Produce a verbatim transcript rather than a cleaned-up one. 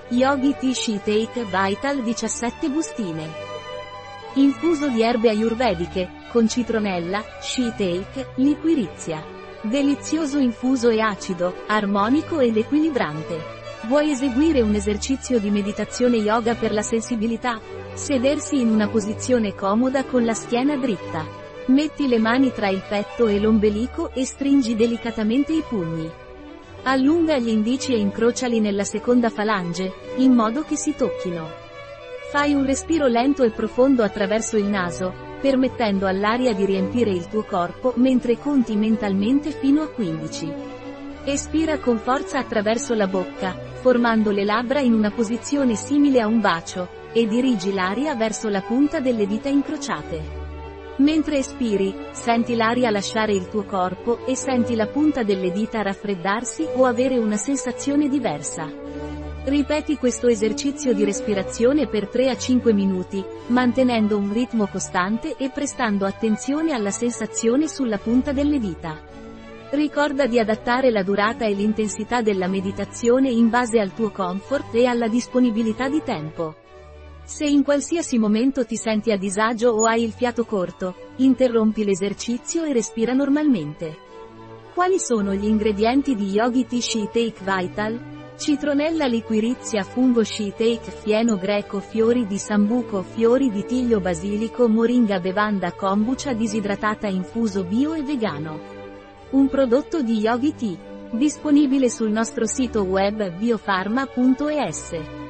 Yogi Tea Shea-Take Vital diciassette bustine. Infuso di erbe ayurvediche, con citronella, Shea-Take, liquirizia. Delizioso infuso e acido, armonico ed equilibrante. Vuoi eseguire un esercizio di meditazione yoga per la sensibilità? Sedersi in una posizione comoda con la schiena dritta. Metti le mani tra il petto e l'ombelico e stringi delicatamente i pugni. Allunga gli indici e incrociali nella seconda falange, in modo che si tocchino. Fai un respiro lento e profondo attraverso il naso, permettendo all'aria di riempire il tuo corpo mentre conti mentalmente fino a quindici. Espira con forza attraverso la bocca, formando le labbra in una posizione simile a un bacio, e dirigi l'aria verso la punta delle dita incrociate. Mentre espiri, senti l'aria lasciare il tuo corpo e senti la punta delle dita raffreddarsi o avere una sensazione diversa. Ripeti questo esercizio di respirazione per tre a cinque minuti, mantenendo un ritmo costante e prestando attenzione alla sensazione sulla punta delle dita. Ricorda di adattare la durata e l'intensità della meditazione in base al tuo comfort e alla disponibilità di tempo. Se in qualsiasi momento ti senti a disagio o hai il fiato corto, interrompi l'esercizio e respira normalmente. Quali sono gli ingredienti di Yogi Tea Shea-Take Vital? Citronella liquirizia, fungo Shea-Take, fieno greco, fiori di sambuco, fiori di tiglio, basilico, moringa, bevanda kombucha disidratata, infuso bio e vegano. Un prodotto di Yogi Tea. Disponibile sul nostro sito web biofarma punto es.